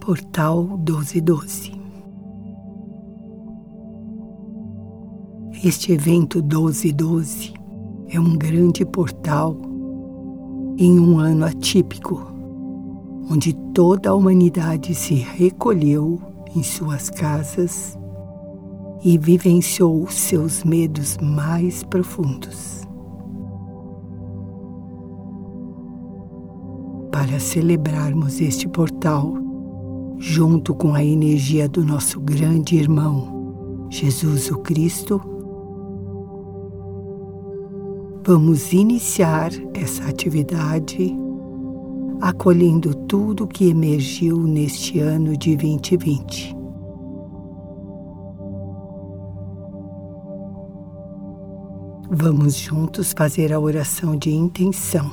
Portal 1212. Este evento 1212 é um grande portal em um ano atípico, onde toda a humanidade se recolheu em suas casas e vivenciou seus medos mais profundos. Para celebrarmos este portal, junto com a energia do nosso grande irmão, Jesus o Cristo, vamos iniciar essa atividade acolhendo tudo que emergiu neste ano de 2020. Vamos juntos fazer a oração de intenção.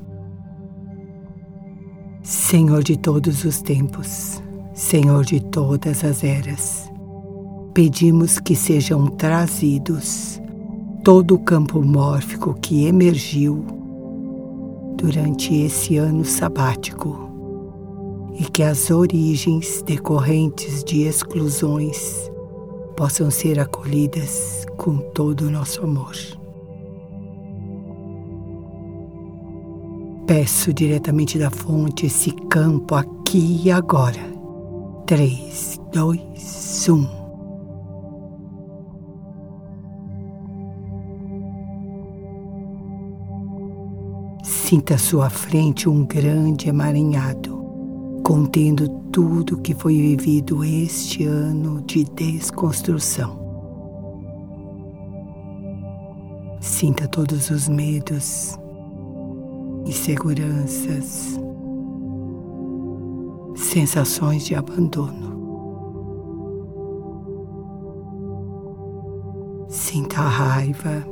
Senhor de todos os tempos, Senhor de todas as eras, pedimos que sejam trazidos todo o campo mórfico que emergiu durante esse ano sabático e que as origens decorrentes de exclusões possam ser acolhidas com todo o nosso amor. Peço diretamente da fonte esse campo aqui e agora. 3, 2, 1. Sinta à sua frente um grande emaranhado, contendo tudo que foi vivido este ano de desconstrução. Sinta todos os medos, inseguranças, sensações de abandono. Sinta a raiva,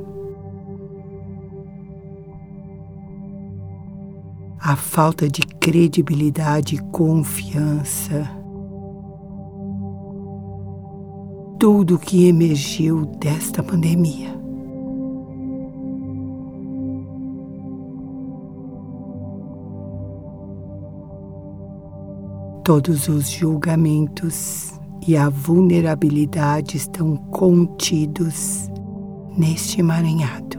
a falta de credibilidade e confiança, tudo que emergiu desta pandemia. Todos os julgamentos e a vulnerabilidade estão contidos neste emaranhado.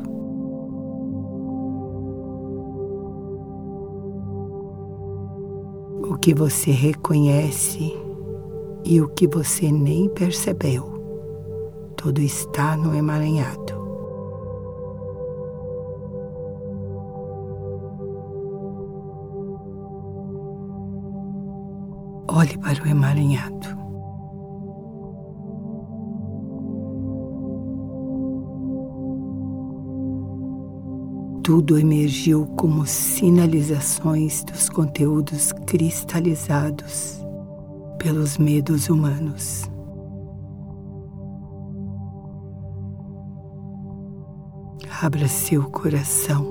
O que você reconhece e o que você nem percebeu, tudo está no emaranhado. Olhe para o emaranhado. Tudo emergiu como sinalizações dos conteúdos cristalizados pelos medos humanos. Abra seu coração.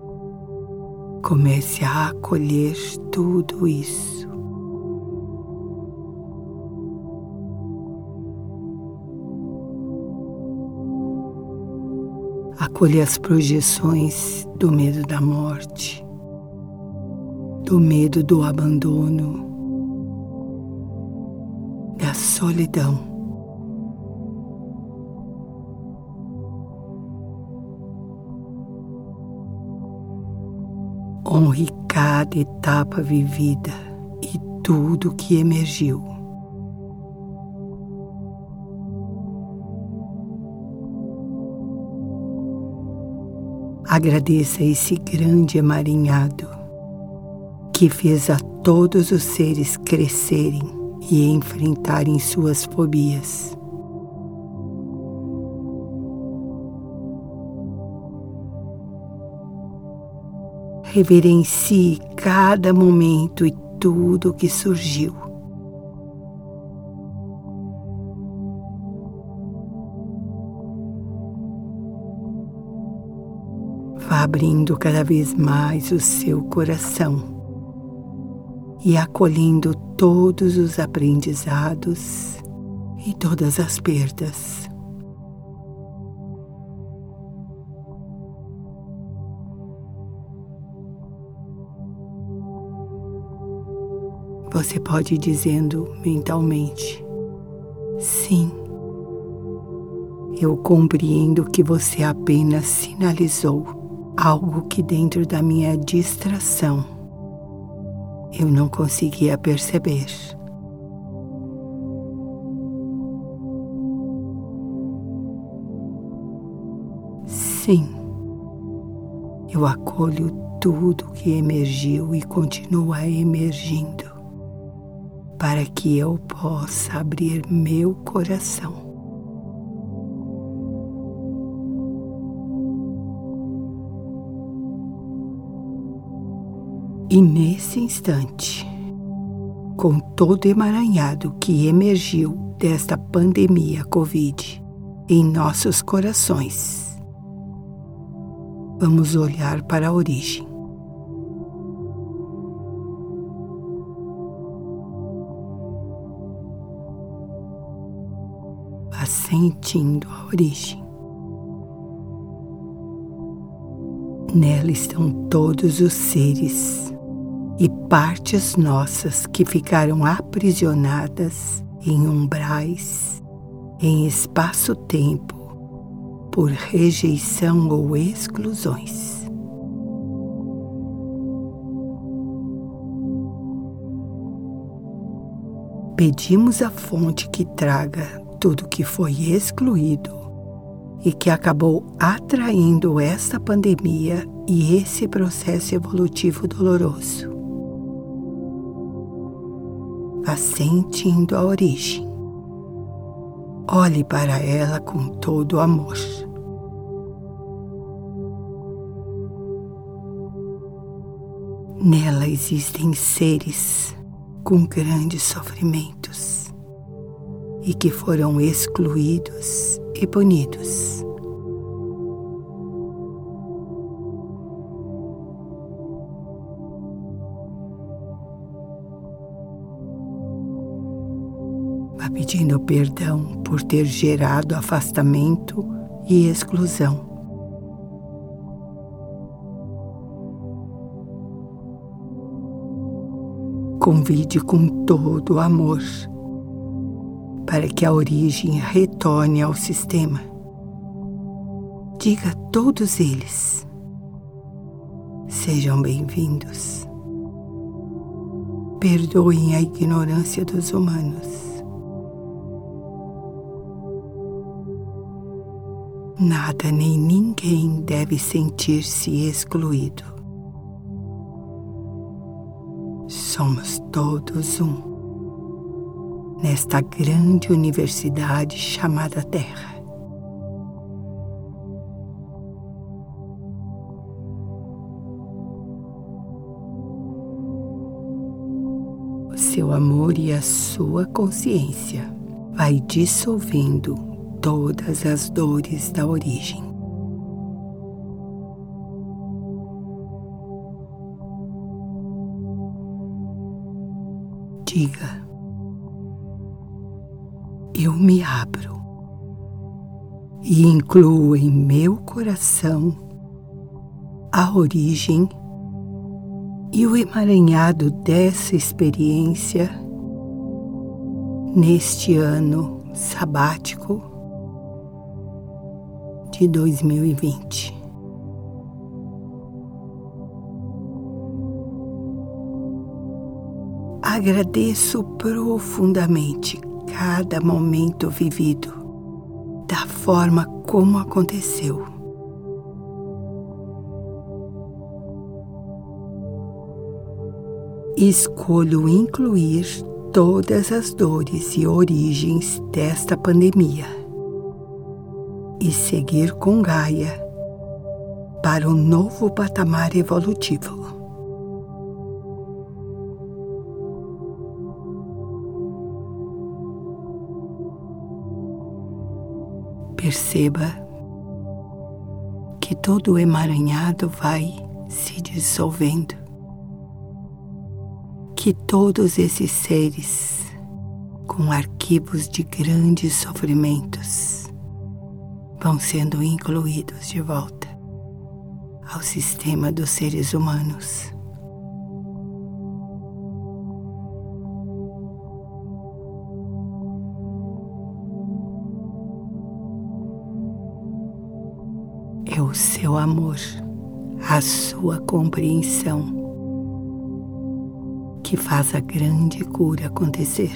Comece a acolher tudo isso. Acolha as projeções do medo da morte, do medo do abandono, da solidão. Honre cada etapa vivida e tudo que emergiu. Agradeça esse grande emaranhado que fez a todos os seres crescerem e enfrentarem suas fobias. Reverencie cada momento e tudo que surgiu. Vá abrindo cada vez mais o seu coração e acolhendo todos os aprendizados e todas as perdas. Você pode ir dizendo mentalmente: sim, eu compreendo que você apenas sinalizou algo que dentro da minha distração eu não conseguia perceber. Sim, eu acolho tudo que emergiu e continua emergindo, para que eu possa abrir meu coração. E nesse instante, com todo emaranhado que emergiu desta pandemia Covid em nossos corações, vamos olhar para a origem. Vá sentindo a origem. Nela estão todos os seres e partes nossas que ficaram aprisionadas em umbrais, em espaço-tempo, por rejeição ou exclusões. Pedimos à fonte que traga tudo que foi excluído e que acabou atraindo esta pandemia e esse processo evolutivo doloroso. Vá sentindo a origem. Olhe para ela com todo o amor. Nela existem seres com grandes sofrimentos e que foram excluídos e punidos. Vá pedindo perdão por ter gerado afastamento e exclusão. Convide com todo o amor para que a origem retorne ao sistema. Diga a todos eles: sejam bem-vindos. Perdoem a ignorância dos humanos. Nada nem ninguém deve sentir-se excluído. Somos todos um, nesta grande universidade chamada Terra. O seu amor e a sua consciência vai dissolvendo todas as dores da origem. Diga: eu me abro e incluo em meu coração a origem e o emaranhado dessa experiência neste ano sabático de 2020. Agradeço profundamente cada momento vivido, da forma como aconteceu. Escolho incluir todas as dores e origens desta pandemia e seguir com Gaia para um novo patamar evolutivo. Perceba que todo o emaranhado vai se dissolvendo, que todos esses seres com arquivos de grandes sofrimentos vão sendo incluídos de volta ao sistema dos seres humanos. é o seu amor, a sua compreensão, que faz a grande cura acontecer.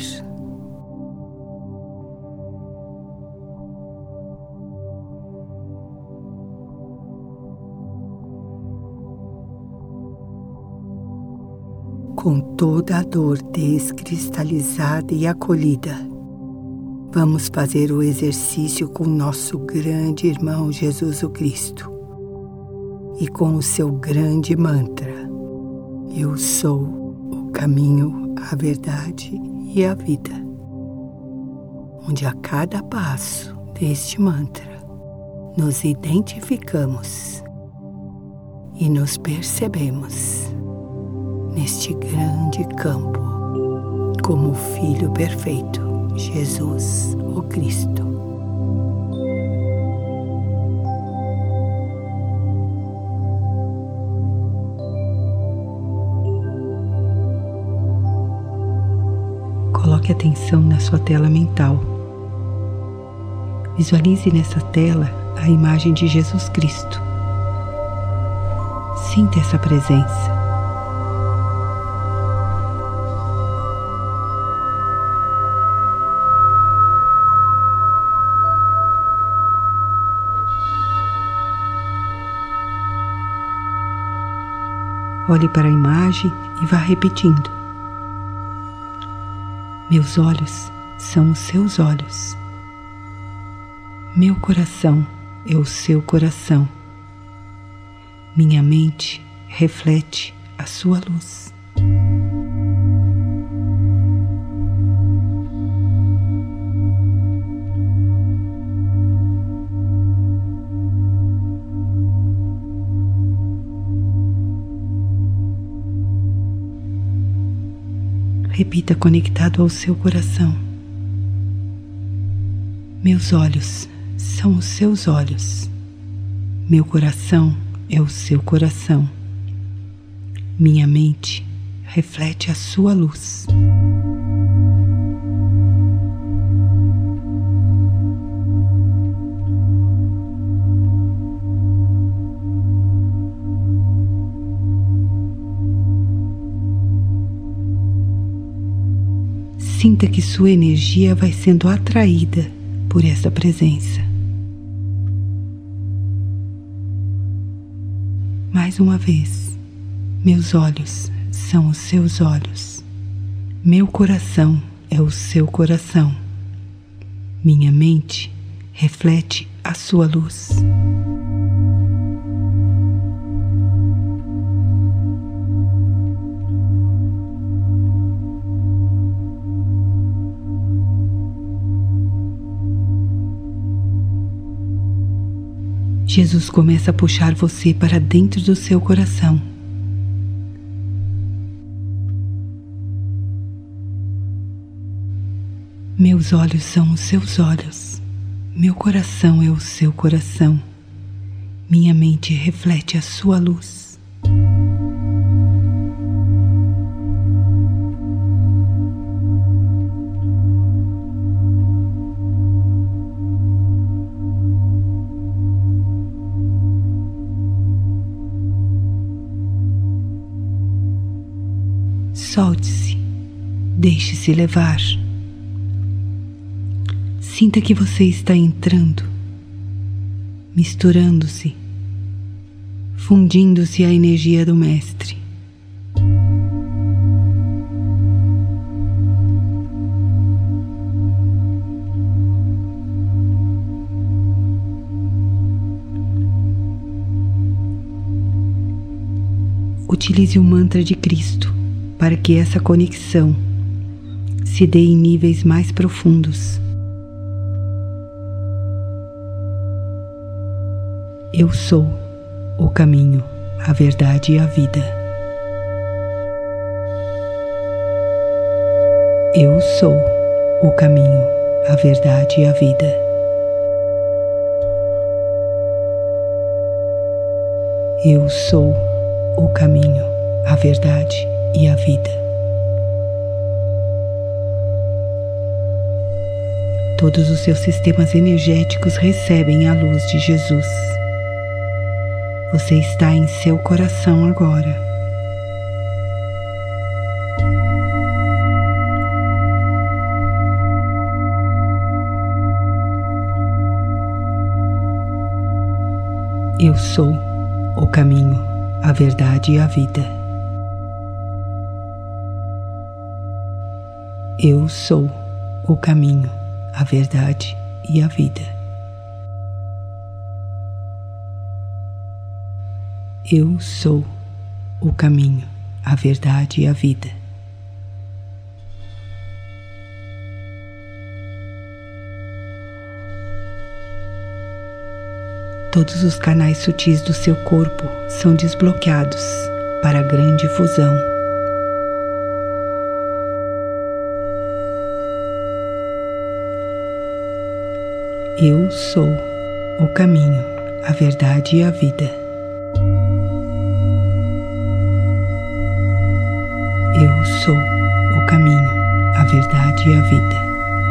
Com toda a dor descristalizada e acolhida, vamos fazer o exercício com nosso grande irmão Jesus o Cristo e com o seu grande mantra: Eu sou o caminho, a verdade e a vida, onde a cada passo deste mantra nos identificamos e nos percebemos neste grande campo como o Filho perfeito, Jesus o Cristo. Coloque atenção na sua tela mental. Visualize nessa tela a imagem de Jesus Cristo. Sinta essa presença. Olhe para a imagem e vá repetindo. Meus olhos são os seus olhos. Meu coração é o seu coração. Minha mente reflete a sua luz. Repita conectado ao seu coração. Meus olhos são os seus olhos. Meu coração é o seu coração. Minha mente reflete a sua luz. Sinta que sua energia vai sendo atraída por essa presença. Mais uma vez, meus olhos são os seus olhos. Meu coração é o seu coração. Minha mente reflete a sua luz. Jesus começa a puxar você para dentro do seu coração. Meus olhos são os seus olhos. Meu coração é o seu coração. Minha mente reflete a sua luz. Solte-se, deixe-se levar. Sinta que você está entrando, misturando-se, fundindo-se à energia do Mestre. Utilize o mantra de Cristo para que essa conexão se dê em níveis mais profundos. Eu sou o caminho, a verdade e a vida. Eu sou o caminho, a verdade e a vida. Eu sou o caminho, a verdade e a vida. Todos os seus sistemas energéticos recebem a luz de Jesus. Você está em seu coração agora. Eu sou o caminho, a verdade e a vida. Eu sou o caminho, a verdade e a vida. Eu sou o caminho, a verdade e a vida. Todos os canais sutis do seu corpo são desbloqueados para a grande fusão. Eu sou o caminho, a verdade e a vida. Eu sou o caminho, a verdade e a vida.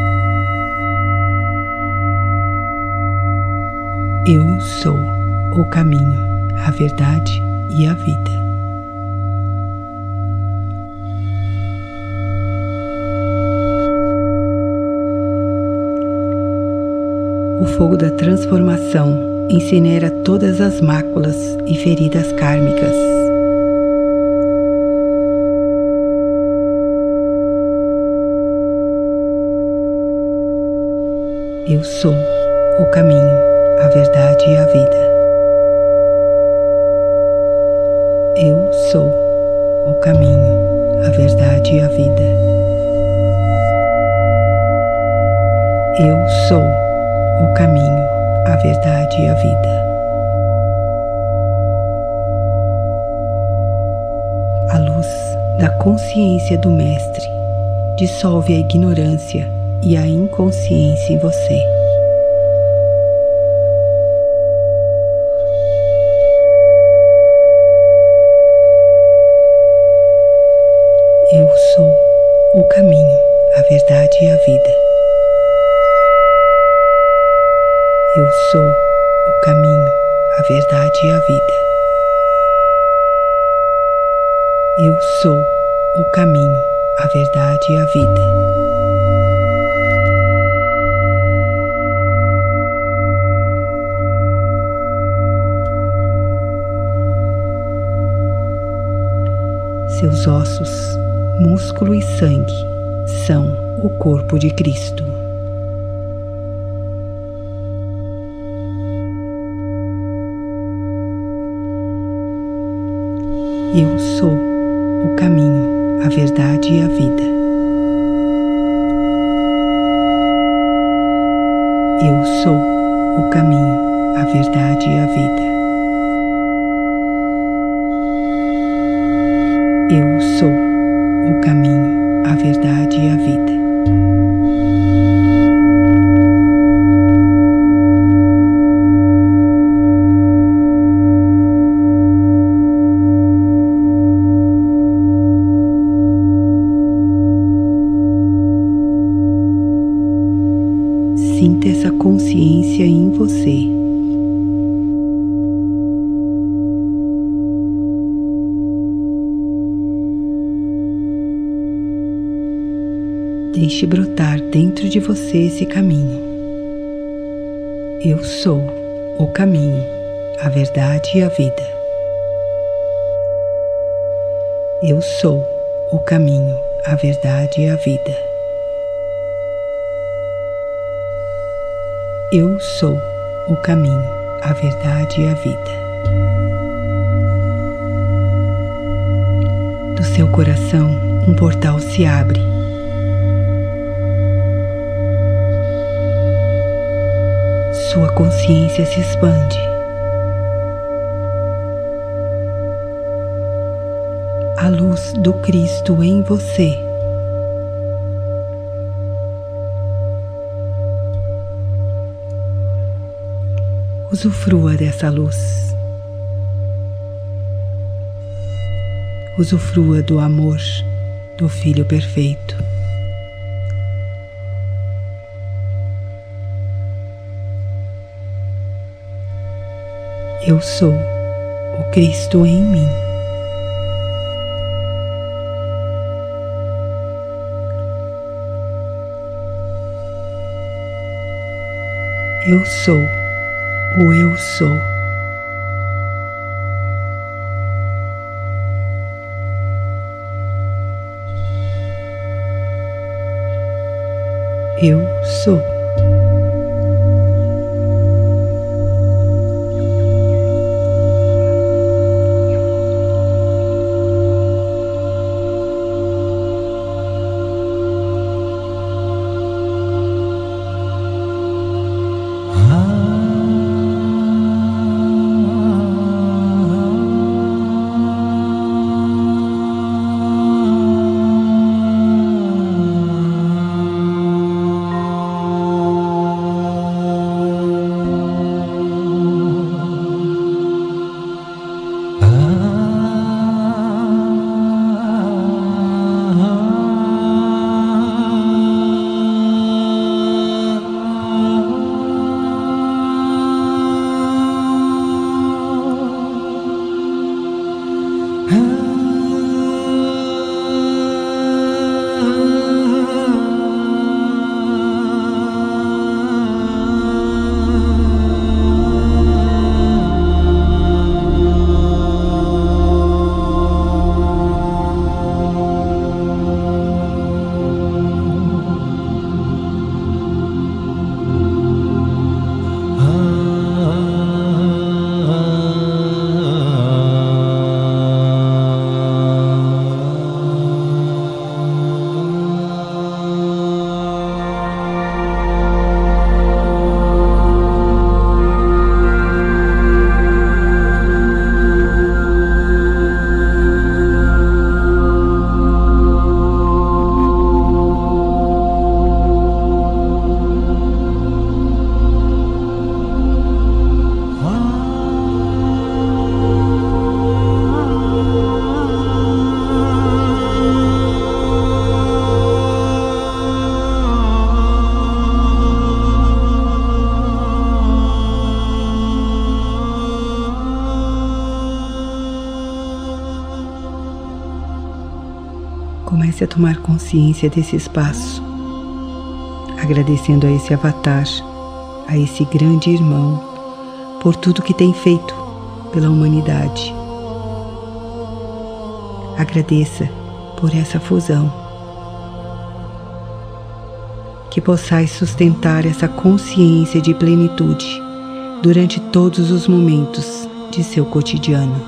Eu sou o caminho, a verdade e a vida. O fogo da transformação incinera todas as máculas e feridas kármicas. Eu sou o caminho, a verdade e a vida. Eu sou o caminho, a verdade e a vida. Eu sou o caminho, a verdade e a vida. A luz da consciência do Mestre dissolve a ignorância e a inconsciência em você. Eu sou o caminho, a verdade e a vida. Eu sou o caminho, a verdade e a vida. Eu sou o caminho, a verdade e a vida. Seus ossos, músculo e sangue são o corpo de Cristo. Eu sou o caminho, a verdade e a vida. Eu sou o caminho, a verdade e a vida. Eu sou o caminho, a verdade e a vida. Sinta essa consciência em você. Deixe brotar dentro de você esse caminho. Eu sou o caminho, a verdade e a vida. Eu sou o caminho, a verdade e a vida. Eu sou o caminho, a verdade e a vida. Do seu coração, um portal se abre. Sua consciência se expande. A luz do Cristo em você usufrua dessa luz. Usufrua do amor do Filho perfeito. Eu sou o Cristo em mim. Eu sou o Eu Sou. Eu sou. Comece a tomar consciência desse espaço, agradecendo a esse avatar, a esse grande irmão, por tudo que tem feito pela humanidade. Agradeça por essa fusão. Que possais sustentar essa consciência de plenitude durante todos os momentos de seu cotidiano.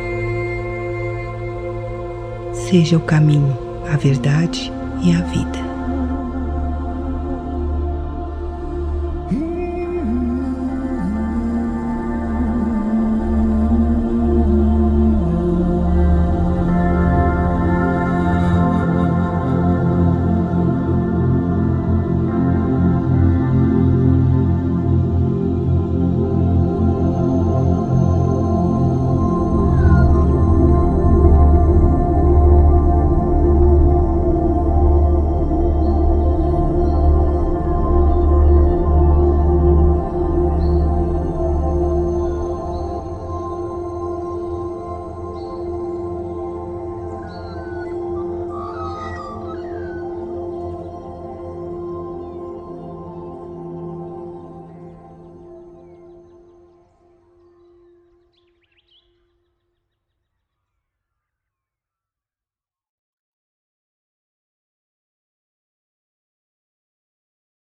Seja o caminho, a verdade e a vida.